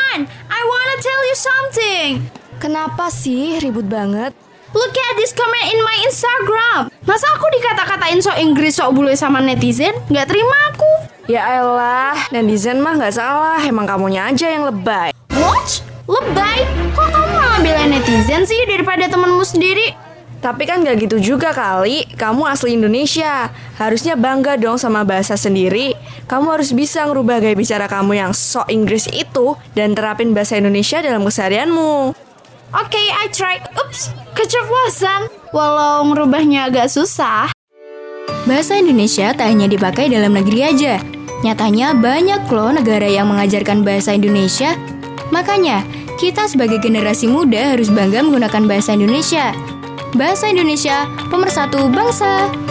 on, I wanna tell you something. Kenapa sih ribut banget? Look at this comment in my Instagram. Masa aku dikata-katain sok Inggris sok bule sama netizen? Nggak terima aku. Ya elah, netizen mah nggak salah, emang kamunya aja yang lebay. What? Lebay? Kok kamu malah belain netizen sih daripada temenmu sendiri? Tapi kan gak gitu juga kali, kamu asli Indonesia. Harusnya bangga dong sama bahasa sendiri. Kamu harus bisa ngerubah gaya bicara kamu yang sok Inggris itu dan terapin bahasa Indonesia dalam keseharianmu. Oke, I try. Ups, keceplosan. Walau ngerubahnya agak susah. Bahasa Indonesia tak hanya dipakai dalam negeri aja. Nyatanya banyak loh negara yang mengajarkan bahasa Indonesia. Makanya, kita sebagai generasi muda harus bangga menggunakan bahasa Indonesia. Bahasa Indonesia, pemersatu bangsa.